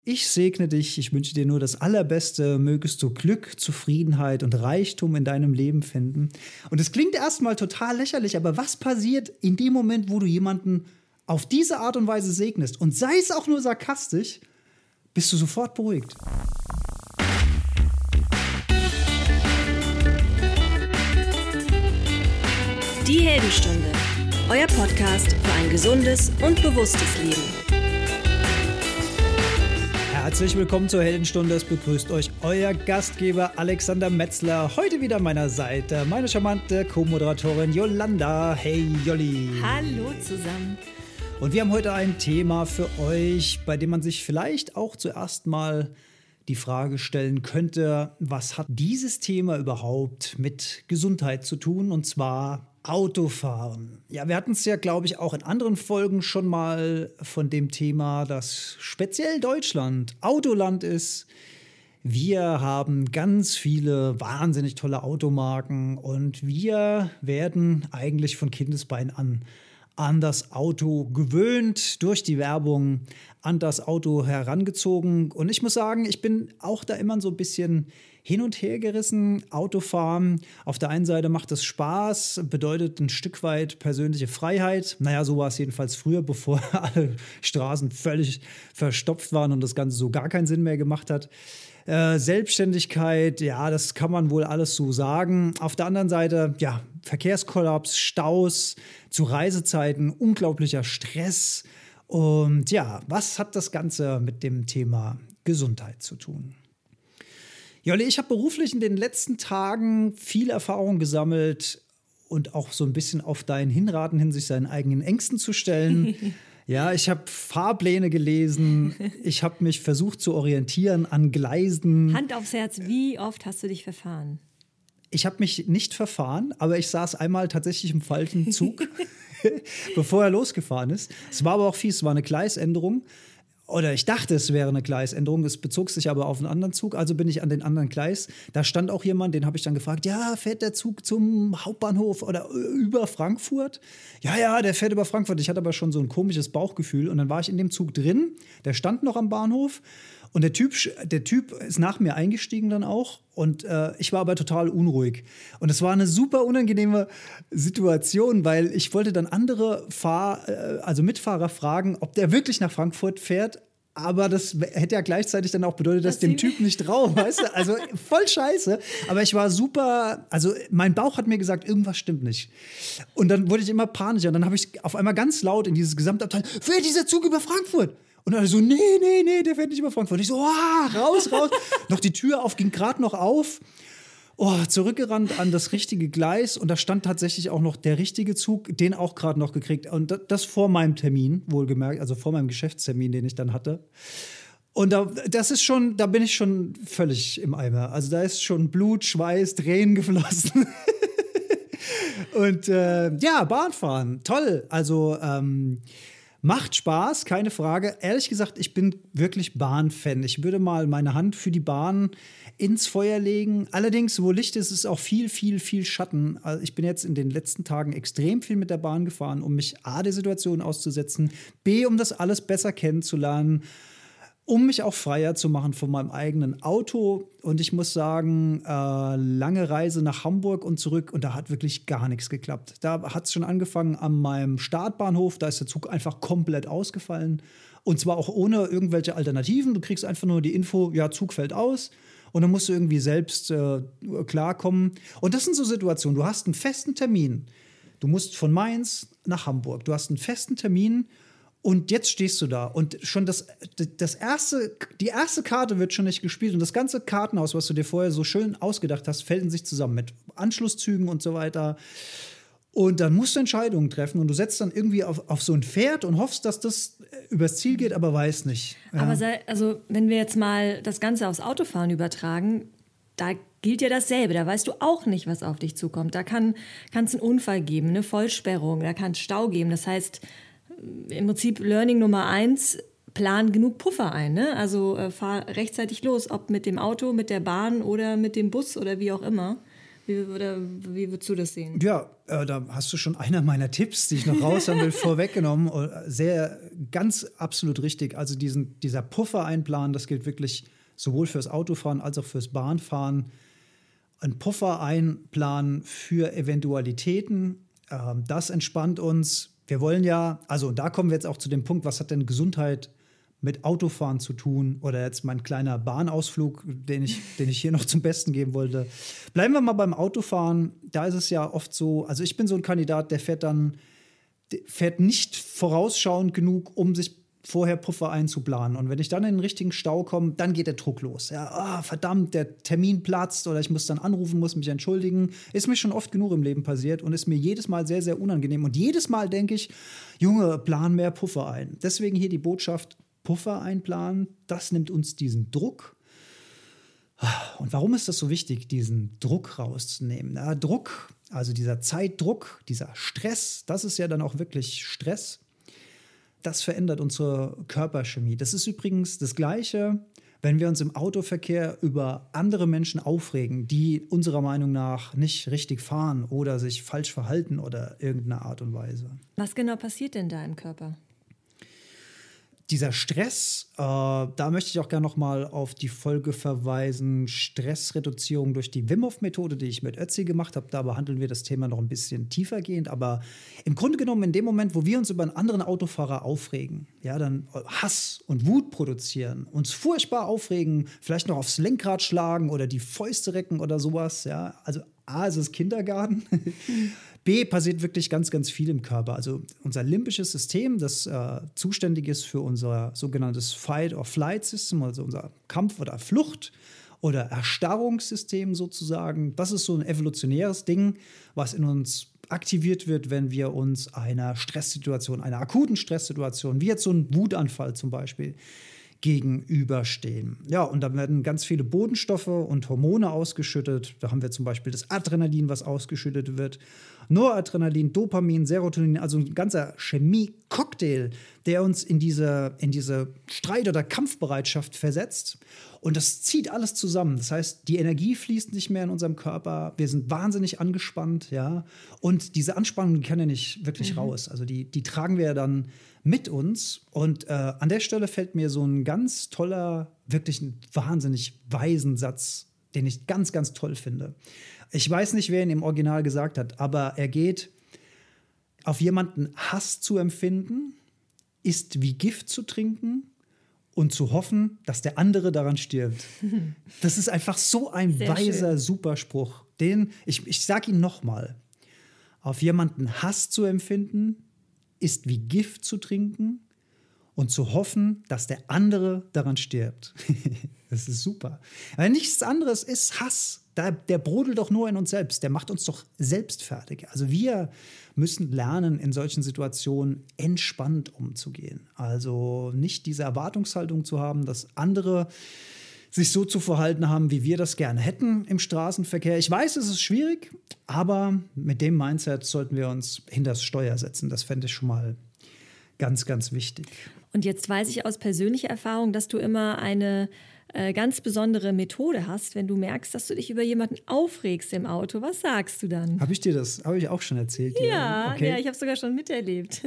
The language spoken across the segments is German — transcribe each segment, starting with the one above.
Ich segne dich, ich wünsche dir nur das Allerbeste, mögest du Glück, Zufriedenheit und Reichtum in deinem Leben finden. Und es klingt erstmal total lächerlich, aber was passiert in dem Moment, wo du jemanden auf diese Art und Weise segnest und sei es auch nur sarkastisch, bist du sofort beruhigt. Die Heldenstunde, euer Podcast für ein gesundes und bewusstes Leben. Herzlich willkommen zur Heldenstunde. Es begrüßt euch euer Gastgeber Alexander Metzler. Heute wieder an meiner Seite meine charmante Co-Moderatorin Yolanda. Hey Jolli. Hallo zusammen. Und wir haben heute ein Thema für euch, bei dem man sich vielleicht auch zuerst mal die Frage stellen könnte, was hat dieses Thema überhaupt mit Gesundheit zu tun? Und zwar Autofahren. Ja, wir hatten es ja, glaube ich, auch in anderen Folgen schon mal von dem Thema, dass speziell Deutschland Autoland ist. Wir haben ganz viele wahnsinnig tolle Automarken und wir werden eigentlich von Kindesbein an das Auto gewöhnt, durch die Werbung an das Auto herangezogen. Und ich muss sagen, ich bin auch da immer so ein bisschen hin und her gerissen. Autofahren, auf der einen Seite macht es Spaß, bedeutet ein Stück weit persönliche Freiheit. Naja, so war es jedenfalls früher, bevor alle Straßen völlig verstopft waren und das Ganze so gar keinen Sinn mehr gemacht hat. Selbstständigkeit, ja, das kann man wohl alles so sagen. Auf der anderen Seite, ja, Verkehrskollaps, Staus, zu Reisezeiten, unglaublicher Stress. Und ja, was hat das Ganze mit dem Thema Gesundheit zu tun? Jolli, ich habe beruflich in den letzten Tagen viel Erfahrung gesammelt und auch so ein bisschen auf dein Hinraten hin, sich seinen eigenen Ängsten zu stellen. Ja, ich habe Fahrpläne gelesen, ich habe mich versucht zu orientieren an Gleisen. Hand aufs Herz, wie oft hast du dich verfahren? Ich habe mich nicht verfahren, aber ich saß einmal tatsächlich im falschen Zug, bevor er losgefahren ist. Es war aber auch fies, es war eine Gleisänderung. Oder ich dachte, es wäre eine Gleisänderung, es bezog sich aber auf einen anderen Zug, also bin ich an den anderen Gleis. Da stand auch jemand, den habe ich dann gefragt, ja, fährt der Zug zum Hauptbahnhof oder über Frankfurt? Ja, der fährt über Frankfurt. Ich hatte aber schon so ein komisches Bauchgefühl und dann war ich in dem Zug drin, der stand noch am Bahnhof und der Typ ist nach mir eingestiegen dann auch und ich war aber total unruhig. Und es war eine super unangenehme Situation, weil ich wollte dann andere Mitfahrer fragen, ob der wirklich nach Frankfurt fährt. Aber das hätte ja gleichzeitig dann auch bedeutet, dass dem Typ nicht trauen, weißt du? Also voll scheiße. Aber ich war super, also mein Bauch hat mir gesagt, irgendwas stimmt nicht. Und dann wurde ich immer panischer. Und dann habe ich auf einmal ganz laut in dieses Gesamtabteil, fährt dieser Zug über Frankfurt? Und dann so, nee, der fährt nicht über Frankfurt. Und ich so, raus. Noch die Tür auf, ging gerade noch auf. Zurückgerannt an das richtige Gleis und da stand tatsächlich auch noch der richtige Zug, den auch gerade noch gekriegt. Und das vor meinem Termin, wohlgemerkt, also vor meinem Geschäftstermin, den ich dann hatte. Und da bin ich schon völlig im Eimer. Also da ist schon Blut, Schweiß, Tränen geflossen. Und Bahnfahren, toll. Also macht Spaß, keine Frage. Ehrlich gesagt, ich bin wirklich Bahnfan. Ich würde mal meine Hand für die Bahn ins Feuer legen. Allerdings, wo Licht ist, ist auch viel, viel, viel Schatten. Also ich bin jetzt in den letzten Tagen extrem viel mit der Bahn gefahren, um mich A, der Situation auszusetzen, B, um das alles besser kennenzulernen, um mich auch freier zu machen von meinem eigenen Auto. Und ich muss sagen, lange Reise nach Hamburg und zurück und da hat wirklich gar nichts geklappt. Da hat es schon angefangen an meinem Startbahnhof, da ist der Zug einfach komplett ausgefallen. Und zwar auch ohne irgendwelche Alternativen. Du kriegst einfach nur die Info, ja, Zug fällt aus. Und dann musst du irgendwie selbst klarkommen. Und das sind so Situationen, du hast einen festen Termin. Du musst von Mainz nach Hamburg. Du hast einen festen Termin. Und jetzt stehst du da und schon die erste Karte wird schon nicht gespielt und das ganze Kartenhaus, was du dir vorher so schön ausgedacht hast, fällt in sich zusammen mit Anschlusszügen und so weiter. Und dann musst du Entscheidungen treffen und du setzt dann irgendwie auf so ein Pferd und hoffst, dass das übers Ziel geht, aber weiß nicht. Ja. Aber wenn wir jetzt mal das Ganze aufs Autofahren übertragen, da gilt ja dasselbe. Da weißt du auch nicht, was auf dich zukommt. Da kann es einen Unfall geben, eine Vollsperrung, da kann es Stau geben. Das heißt, im Prinzip Learning Nummer 1, plan genug Puffer ein. Ne? Also fahr rechtzeitig los, ob mit dem Auto, mit der Bahn oder mit dem Bus oder wie auch immer. Wie würdest du das sehen? Ja, da hast du schon einer meiner Tipps, die ich noch raushaben will, vorweggenommen. Ganz absolut richtig. Also dieser Puffer einplanen, das gilt wirklich sowohl fürs Autofahren als auch fürs Bahnfahren. Ein Puffer einplanen für Eventualitäten, das entspannt uns. Wir wollen ja, also da kommen wir jetzt auch zu dem Punkt, was hat denn Gesundheit mit Autofahren zu tun? Oder jetzt mein kleiner Bahnausflug, den ich hier noch zum Besten geben wollte. Bleiben wir mal beim Autofahren. Da ist es ja oft so, also ich bin so ein Kandidat, der fährt nicht vorausschauend genug, um sich vorher Puffer einzuplanen. Und wenn ich dann in den richtigen Stau komme, dann geht der Druck los. Ja, verdammt, der Termin platzt oder ich muss dann anrufen, muss mich entschuldigen. Ist mir schon oft genug im Leben passiert und ist mir jedes Mal sehr, sehr unangenehm. Und jedes Mal denke ich, Junge, plan mehr Puffer ein. Deswegen hier die Botschaft, Puffer einplanen, das nimmt uns diesen Druck. Und warum ist das so wichtig, diesen Druck rauszunehmen? Na, Druck, also dieser Zeitdruck, dieser Stress, das ist ja dann auch wirklich Stress. Das verändert unsere Körperchemie. Das ist übrigens das Gleiche, wenn wir uns im Autoverkehr über andere Menschen aufregen, die unserer Meinung nach nicht richtig fahren oder sich falsch verhalten oder irgendeine Art und Weise. Was genau passiert denn da im Körper? Dieser Stress, da möchte ich auch gerne noch mal auf die Folge verweisen, Stressreduzierung durch die Wim Hof Methode, die ich mit Ötzi gemacht habe. Da behandeln wir das Thema noch ein bisschen tiefergehend. Aber im Grunde genommen, in dem Moment, wo wir uns über einen anderen Autofahrer aufregen, ja, dann Hass und Wut produzieren, uns furchtbar aufregen, vielleicht noch aufs Lenkrad schlagen oder die Fäuste recken oder sowas, ja, also A, ist es Kindergarten. B, passiert wirklich ganz, ganz viel im Körper. Also unser limbisches System, das zuständig ist für unser sogenanntes Fight-or-Flight-System, also unser Kampf- oder Flucht- oder Erstarrungssystem sozusagen. Das ist so ein evolutionäres Ding, was in uns aktiviert wird, wenn wir uns einer Stresssituation, einer akuten Stresssituation, wie jetzt so ein Wutanfall zum Beispiel, gegenüberstehen. Ja, und da werden ganz viele Bodenstoffe und Hormone ausgeschüttet. Da haben wir zum Beispiel das Adrenalin, was ausgeschüttet wird, Noradrenalin, Dopamin, Serotonin, also ein ganzer Chemie-Cocktail, der uns in diese Streit- oder Kampfbereitschaft versetzt. Und das zieht alles zusammen. Das heißt, die Energie fließt nicht mehr in unserem Körper. Wir sind wahnsinnig angespannt, ja. Und diese Anspannung, die kann ja nicht wirklich raus. Also die tragen wir ja dann mit uns. Und an der Stelle fällt mir so ein ganz toller, wirklich ein wahnsinnig weisen Satz, den ich ganz, ganz toll finde. Ich weiß nicht, wer ihn im Original gesagt hat, aber er geht: Auf jemanden Hass zu empfinden, ist wie Gift zu trinken und zu hoffen, dass der andere daran stirbt. Das ist einfach so ein Sehr weiser schön. Superspruch. Ich sage ihn nochmal. Auf jemanden Hass zu empfinden, ist wie Gift zu trinken und zu hoffen, dass der andere daran stirbt. Das ist super. Weil nichts anderes ist Hass. Der brodelt doch nur in uns selbst. Der macht uns doch selbst fertig. Also wir müssen lernen, in solchen Situationen entspannt umzugehen. Also nicht diese Erwartungshaltung zu haben, dass andere sich so zu verhalten haben, wie wir das gerne hätten im Straßenverkehr. Ich weiß, es ist schwierig, aber mit dem Mindset sollten wir uns hinters Steuer setzen. Das fände ich schon mal ganz, ganz wichtig. Und jetzt weiß ich aus persönlicher Erfahrung, dass du immer eine ganz besondere Methode hast, wenn du merkst, dass du dich über jemanden aufregst im Auto. Was sagst du dann? Habe ich auch schon erzählt? Ja, okay. ja, ich habe es sogar schon miterlebt.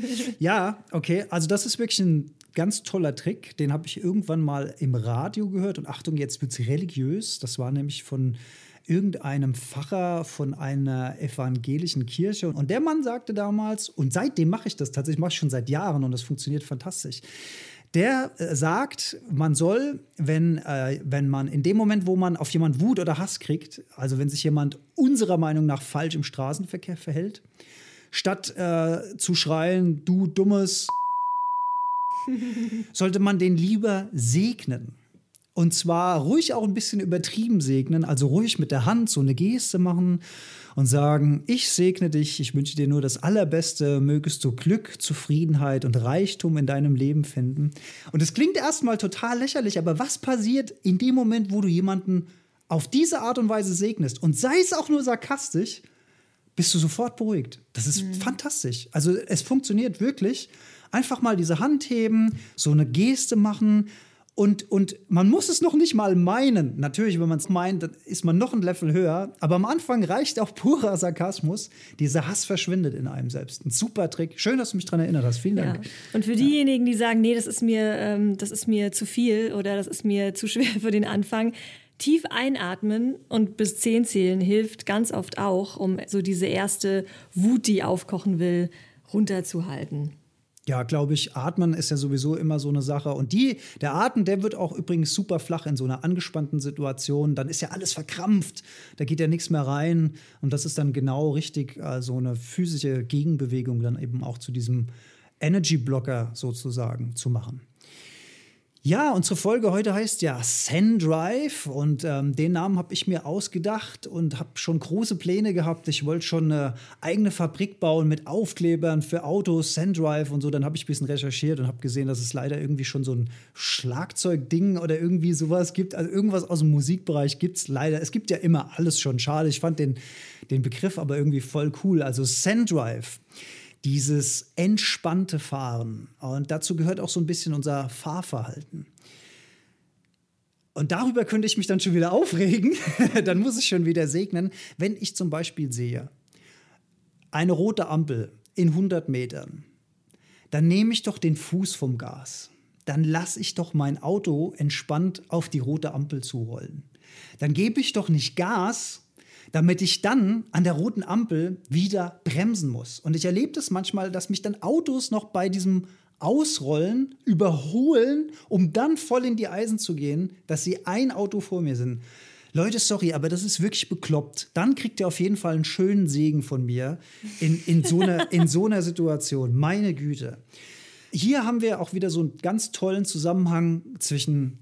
Ja, okay. Also das ist wirklich ein ganz toller Trick. Den habe ich irgendwann mal im Radio gehört. Und Achtung, jetzt wird es religiös. Das war nämlich von irgendeinem Pfarrer von einer evangelischen Kirche. Und der Mann sagte damals, und seitdem mache ich das tatsächlich, mache ich schon seit Jahren und das funktioniert fantastisch. Der sagt, man soll, wenn man in dem Moment, wo man auf jemanden Wut oder Hass kriegt, also wenn sich jemand unserer Meinung nach falsch im Straßenverkehr verhält, statt zu schreien, du dummes, sollte man den lieber segnen. Und zwar ruhig auch ein bisschen übertrieben segnen, also ruhig mit der Hand so eine Geste machen und sagen: Ich segne dich, ich wünsche dir nur das Allerbeste, mögest du Glück, Zufriedenheit und Reichtum in deinem Leben finden. Und es klingt erstmal total lächerlich, aber was passiert in dem Moment, wo du jemanden auf diese Art und Weise segnest und sei es auch nur sarkastisch, bist du sofort beruhigt. Das ist fantastisch. Also es funktioniert wirklich. Einfach mal diese Hand heben, so eine Geste machen Und man muss es noch nicht mal meinen. Natürlich, wenn man es meint, dann ist man noch ein Level höher. Aber am Anfang reicht auch purer Sarkasmus. Dieser Hass verschwindet in einem selbst. Ein super Trick. Schön, dass du mich daran erinnert hast. Vielen Dank. Ja. Und für diejenigen, die sagen, nee, das ist mir zu viel oder das ist mir zu schwer für den Anfang, tief einatmen und bis 10 zählen hilft ganz oft auch, um so diese erste Wut, die aufkochen will, runterzuhalten. Ja, glaube ich, Atmen ist ja sowieso immer so eine Sache. Und der Atem, der wird auch übrigens super flach in so einer angespannten Situation. Dann ist ja alles verkrampft, da geht ja nichts mehr rein. Und das ist dann genau richtig, so eine physische Gegenbewegung dann eben auch zu diesem Energy-Blocker sozusagen zu machen. Ja, unsere Folge heute heißt ja Sendrive und den Namen habe ich mir ausgedacht und habe schon große Pläne gehabt. Ich wollte schon eine eigene Fabrik bauen mit Aufklebern für Autos, Sendrive und so. Dann habe ich ein bisschen recherchiert und habe gesehen, dass es leider irgendwie schon so ein Schlagzeugding oder irgendwie sowas gibt. Also irgendwas aus dem Musikbereich gibt es leider. Es gibt ja immer alles schon. Schade, ich fand den Begriff aber irgendwie voll cool. Also Sendrive. Dieses entspannte Fahren. Und dazu gehört auch so ein bisschen unser Fahrverhalten. Und darüber könnte ich mich dann schon wieder aufregen. Dann muss ich schon wieder segnen. Wenn ich zum Beispiel sehe, eine rote Ampel in 100 Metern, dann nehme ich doch den Fuß vom Gas. Dann lasse ich doch mein Auto entspannt auf die rote Ampel zurollen. Dann gebe ich doch nicht Gas, damit ich dann an der roten Ampel wieder bremsen muss. Und ich erlebe das manchmal, dass mich dann Autos noch bei diesem Ausrollen überholen, um dann voll in die Eisen zu gehen, dass sie ein Auto vor mir sind. Leute, sorry, aber das ist wirklich bekloppt. Dann kriegt ihr auf jeden Fall einen schönen Segen von mir in so einer Situation. Meine Güte. Hier haben wir auch wieder so einen ganz tollen Zusammenhang zwischen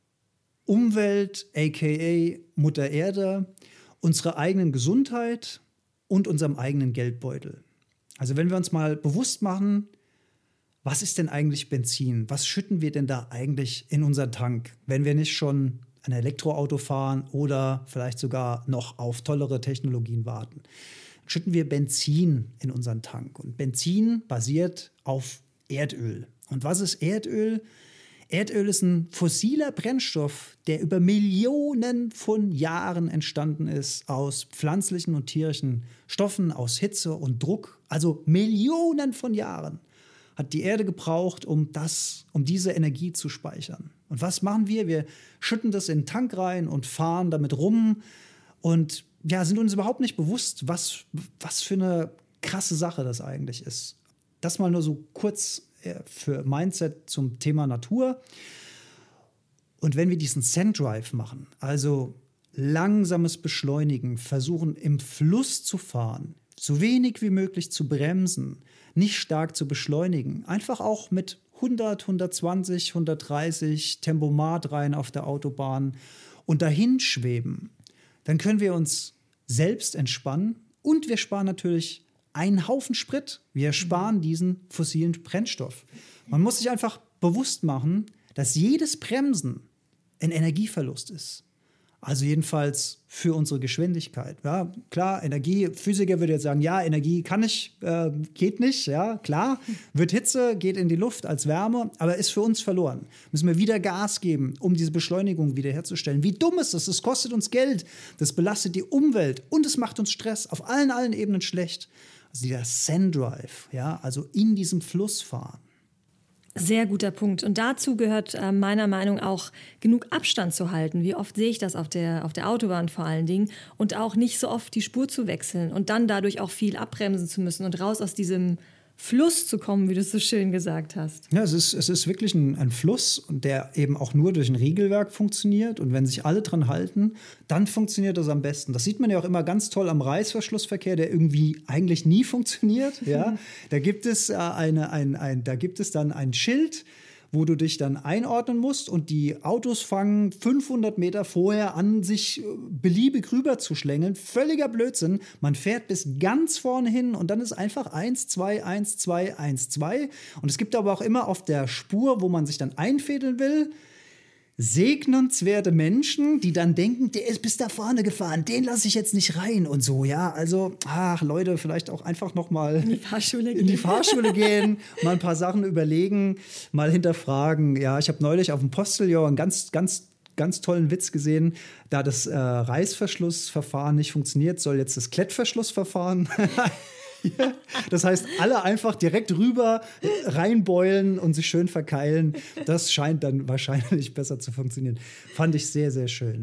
Umwelt, aka Mutter Erde, unserer eigenen Gesundheit und unserem eigenen Geldbeutel. Also wenn wir uns mal bewusst machen, was ist denn eigentlich Benzin? Was schütten wir denn da eigentlich in unseren Tank, wenn wir nicht schon ein Elektroauto fahren oder vielleicht sogar noch auf tollere Technologien warten? Schütten wir Benzin in unseren Tank. Und Benzin basiert auf Erdöl. Und was ist Erdöl? Erdöl ist ein fossiler Brennstoff, der über Millionen von Jahren entstanden ist, aus pflanzlichen und tierischen Stoffen, aus Hitze und Druck. Also Millionen von Jahren hat die Erde gebraucht, um diese Energie zu speichern. Und was machen wir? Wir schütten das in den Tank rein und fahren damit rum und ja, sind uns überhaupt nicht bewusst, was für eine krasse Sache das eigentlich ist. Das mal nur so kurz für Mindset zum Thema Natur. Und wenn wir diesen Sendrive machen, also langsames Beschleunigen, versuchen im Fluss zu fahren, so wenig wie möglich zu bremsen, nicht stark zu beschleunigen, einfach auch mit 100, 120, 130 Tempomat rein auf der Autobahn und dahin schweben, dann können wir uns selbst entspannen und wir sparen natürlich einen Haufen Sprit. Wir sparen diesen fossilen Brennstoff. Man muss sich einfach bewusst machen, dass jedes Bremsen ein Energieverlust ist. Also jedenfalls für unsere Geschwindigkeit. Ja, klar, Physiker würde jetzt sagen, ja, Energie geht nicht, ja, klar. Wird Hitze, geht in die Luft als Wärme, aber ist für uns verloren. Müssen wir wieder Gas geben, um diese Beschleunigung wiederherzustellen. Wie dumm ist das? Es kostet uns Geld, das belastet die Umwelt und es macht uns Stress auf allen Ebenen schlecht. Also dieser Sendrive, ja, also in diesem Fluss fahren. Sehr guter Punkt. Und dazu gehört meiner Meinung nach auch genug Abstand zu halten. Wie oft sehe ich das auf der Autobahn vor allen Dingen. Und auch nicht so oft die Spur zu wechseln und dann dadurch auch viel abbremsen zu müssen und raus aus diesem Fluss zu kommen, wie du es so schön gesagt hast. Ja, es ist wirklich ein Fluss, der eben auch nur durch ein Regelwerk funktioniert. Und wenn sich alle dran halten, dann funktioniert das am besten. Das sieht man ja auch immer ganz toll am Reißverschlussverkehr, der irgendwie eigentlich nie funktioniert. Ja? Da gibt es da gibt es dann ein Schild, wo du dich dann einordnen musst und die Autos fangen 500 Meter vorher an, sich beliebig rüber zu schlängeln. Völliger Blödsinn. Man fährt bis ganz vorne hin und dann ist einfach 1, 2, 1, 2, 1, 2. Und es gibt aber auch immer auf der Spur, wo man sich dann einfädeln will, segnenswerte Menschen, die dann denken, der ist bis da vorne gefahren, den lasse ich jetzt nicht rein und so, ja. Also, Leute, vielleicht auch einfach noch mal in die Fahrschule gehen, mal ein paar Sachen überlegen, mal hinterfragen. Ja, ich habe neulich auf dem Postillon einen ganz tollen Witz gesehen, da das Reißverschlussverfahren nicht funktioniert, soll jetzt das Klettverschlussverfahren. Ja, das heißt, alle einfach direkt rüber reinbeulen und sich schön verkeilen. Das scheint dann wahrscheinlich besser zu funktionieren. Fand ich sehr, sehr schön.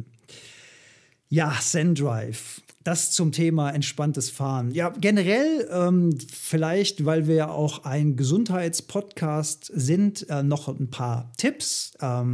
Ja, Zen-Drive. Das zum Thema entspanntes Fahren. Ja, generell vielleicht, weil wir ja auch ein Gesundheitspodcast sind, noch ein paar Tipps.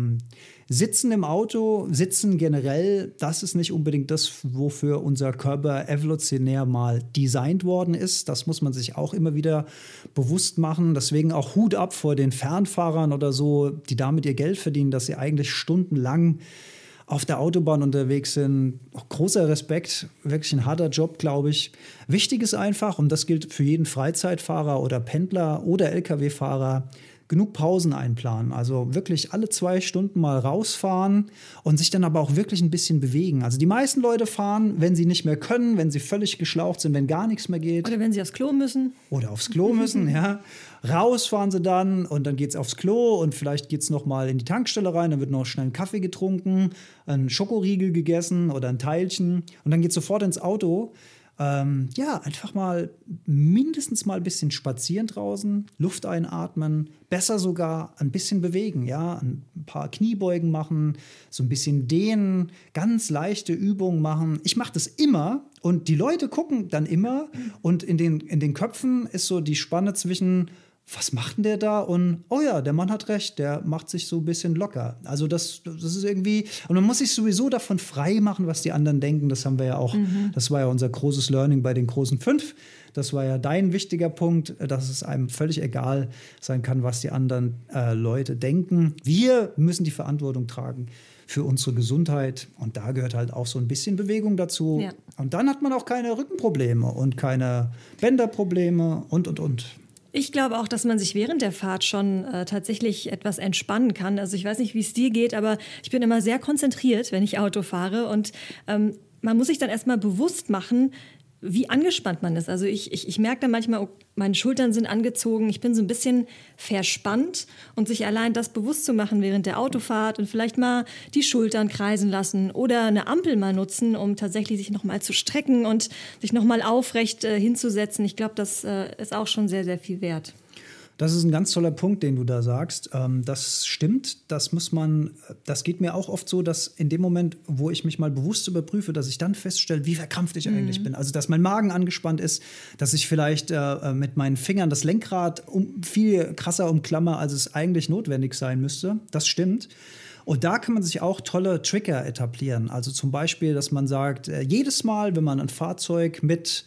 Sitzen im Auto, Sitzen generell, das ist nicht unbedingt das, wofür unser Körper evolutionär mal designt worden ist. Das muss man sich auch immer wieder bewusst machen. Deswegen auch Hut ab vor den Fernfahrern oder so, die damit ihr Geld verdienen, dass sie eigentlich stundenlang auf der Autobahn unterwegs sind. Großer Respekt, wirklich ein harter Job, glaube ich. Wichtig ist einfach, und das gilt für jeden Freizeitfahrer oder Pendler oder Lkw-Fahrer, genug Pausen einplanen. Also wirklich alle 2 Stunden mal rausfahren und sich dann aber auch wirklich ein bisschen bewegen. Also die meisten Leute fahren, wenn sie nicht mehr können, wenn sie völlig geschlaucht sind, wenn gar nichts mehr geht. Oder wenn sie aufs Klo müssen. Oder aufs Klo müssen, ja. Rausfahren sie dann und dann geht's aufs Klo und vielleicht geht's noch mal in die Tankstelle rein, dann wird noch schnell ein Kaffee getrunken, ein Schokoriegel gegessen oder ein Teilchen und dann geht's sofort ins Auto. Einfach mal mindestens mal ein bisschen spazieren draußen, Luft einatmen, besser sogar ein bisschen bewegen, ja, ein paar Kniebeugen machen, so ein bisschen dehnen, ganz leichte Übungen machen. Ich mache das immer und die Leute gucken dann immer und in den Köpfen ist so die Spanne zwischen was macht denn der da? Und, oh ja, der Mann hat recht, der macht sich so ein bisschen locker. Also das ist irgendwie, und man muss sich sowieso davon frei machen, was die anderen denken. Das haben wir ja auch, das war ja unser großes Learning bei den großen 5. Das war ja dein wichtiger Punkt, dass es einem völlig egal sein kann, was die anderen Leute denken. Wir müssen die Verantwortung tragen für unsere Gesundheit. Und da gehört halt auch so ein bisschen Bewegung dazu. Ja. Und dann hat man auch keine Rückenprobleme und keine Bänderprobleme und. Ich glaube auch, dass man sich während der Fahrt schon tatsächlich etwas entspannen kann. Also ich weiß nicht, wie es dir geht, aber ich bin immer sehr konzentriert, wenn ich Auto fahre. Und man muss sich dann erstmal bewusst machen, wie angespannt man ist. Also ich merke dann manchmal, oh, meine Schultern sind angezogen, ich bin so ein bisschen verspannt. Und sich allein das bewusst zu machen während der Autofahrt und vielleicht mal die Schultern kreisen lassen oder eine Ampel mal nutzen, um tatsächlich sich nochmal zu strecken und sich nochmal aufrecht hinzusetzen. Ich glaube, das ist auch schon sehr, sehr viel wert. Das ist ein ganz toller Punkt, den du da sagst. Das stimmt, das geht mir auch oft so, dass in dem Moment, wo ich mich mal bewusst überprüfe, dass ich dann feststelle, wie verkrampft ich eigentlich bin. Also, dass mein Magen angespannt ist, dass ich vielleicht mit meinen Fingern das Lenkrad viel krasser umklammer, als es eigentlich notwendig sein müsste. Das stimmt. Und da kann man sich auch tolle Trigger etablieren. Also zum Beispiel, dass man sagt, jedes Mal, wenn man ein Fahrzeug mit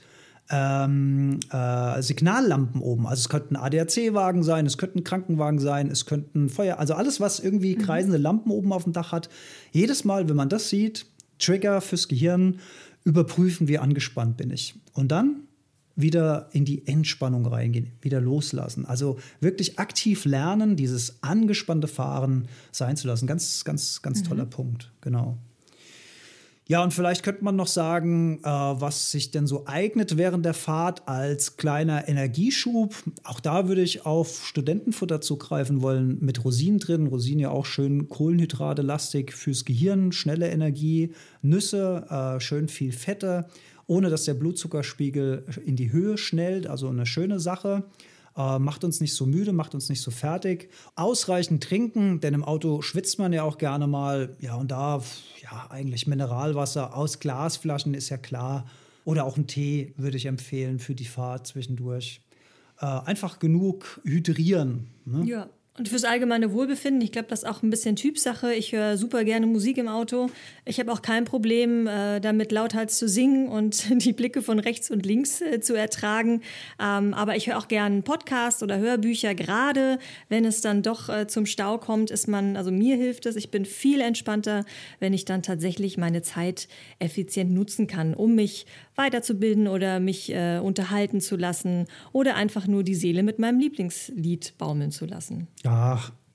Signallampen oben. Also es könnte ein ADAC-Wagen sein, es könnte ein Krankenwagen sein, es könnten Feuer, also alles, was irgendwie kreisende Lampen oben auf dem Dach hat. Jedes Mal, wenn man das sieht, Trigger fürs Gehirn, überprüfen, wie angespannt bin ich. Und dann wieder in die Entspannung reingehen, wieder loslassen. Also wirklich aktiv lernen, dieses angespannte Fahren sein zu lassen. Ganz, ganz, ganz toller Punkt, genau. Ja, und vielleicht könnte man noch sagen, was sich denn so eignet während der Fahrt als kleiner Energieschub. Auch da würde ich auf Studentenfutter zugreifen wollen, mit Rosinen drin. Rosinen ja auch schön kohlenhydratelastig fürs Gehirn, schnelle Energie, Nüsse, schön viel Fette, ohne dass der Blutzuckerspiegel in die Höhe schnellt. Also eine schöne Sache. Macht uns nicht so müde, macht uns nicht so fertig. Ausreichend trinken, denn im Auto schwitzt man ja auch gerne mal. Ja, und da, ja, eigentlich Mineralwasser aus Glasflaschen ist ja klar. Oder auch einen Tee würde ich empfehlen für die Fahrt zwischendurch. Einfach genug hydrieren. Ne? Ja. Und fürs allgemeine Wohlbefinden, ich glaube, das ist auch ein bisschen Typsache. Ich höre super gerne Musik im Auto. Ich habe auch kein Problem, damit lauthals zu singen und die Blicke von rechts und links zu ertragen. Aber ich höre auch gerne Podcasts oder Hörbücher. Gerade wenn es dann doch zum Stau kommt, also mir hilft es. Ich bin viel entspannter, wenn ich dann tatsächlich meine Zeit effizient nutzen kann, um mich weiterzubilden oder mich unterhalten zu lassen oder einfach nur die Seele mit meinem Lieblingslied baumeln zu lassen. Ach,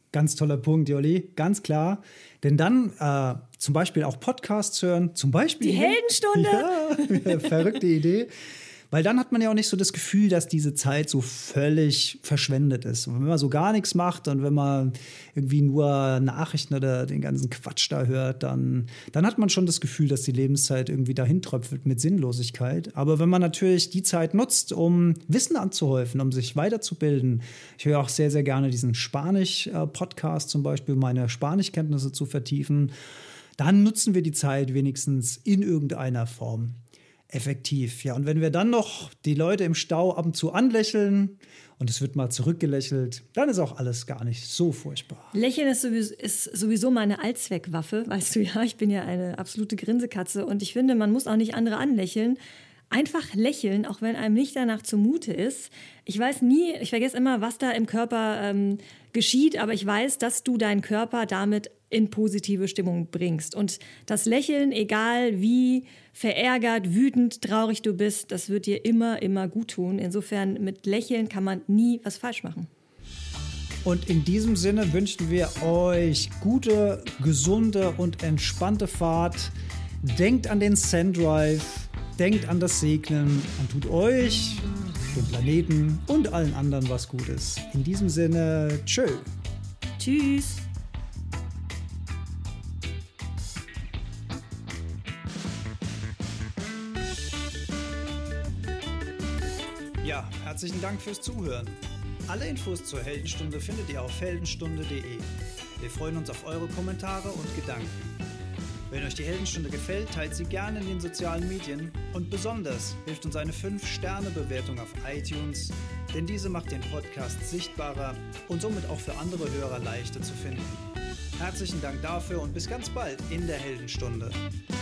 Ganz toller Punkt, Jolli, ganz klar. Denn dann zum Beispiel auch Podcasts hören, zum Beispiel... Die Heldenstunde! Ja, verrückte Idee. Weil dann hat man ja auch nicht so das Gefühl, dass diese Zeit so völlig verschwendet ist. Und wenn man so gar nichts macht und wenn man irgendwie nur Nachrichten oder den ganzen Quatsch da hört, dann hat man schon das Gefühl, dass die Lebenszeit irgendwie dahin tröpfelt mit Sinnlosigkeit. Aber wenn man natürlich die Zeit nutzt, um Wissen anzuhäufen, um sich weiterzubilden, ich höre auch sehr, sehr gerne diesen Spanisch-Podcast zum Beispiel, meine Spanischkenntnisse zu vertiefen, dann nutzen wir die Zeit wenigstens in irgendeiner Form effektiv. Ja, und wenn wir dann noch die Leute im Stau ab und zu anlächeln und es wird mal zurückgelächelt, dann ist auch alles gar nicht so furchtbar. Lächeln ist sowieso meine Allzweckwaffe, weißt du ja, ich bin ja eine absolute Grinsekatze und ich finde, man muss auch nicht andere anlächeln. Einfach lächeln, auch wenn einem nicht danach zumute ist. Ich vergesse immer, was da im Körper geschieht, aber ich weiß, dass du deinen Körper damit in positive Stimmung bringst. Und das Lächeln, egal wie verärgert, wütend, traurig du bist, das wird dir immer, immer gut tun. Insofern, mit Lächeln kann man nie was falsch machen. Und in diesem Sinne wünschen wir euch gute, gesunde und entspannte Fahrt. Denkt an den Sandrive, denkt an das Segnen und tut euch, dem Planeten und allen anderen was Gutes. In diesem Sinne, tschö. Tschüss. Ja, herzlichen Dank fürs Zuhören. Alle Infos zur Heldenstunde findet ihr auf heldenstunde.de. Wir freuen uns auf eure Kommentare und Gedanken. Wenn euch die Heldenstunde gefällt, teilt sie gerne in den sozialen Medien und besonders hilft uns eine 5-Sterne-Bewertung auf iTunes, denn diese macht den Podcast sichtbarer und somit auch für andere Hörer leichter zu finden. Herzlichen Dank dafür und bis ganz bald in der Heldenstunde.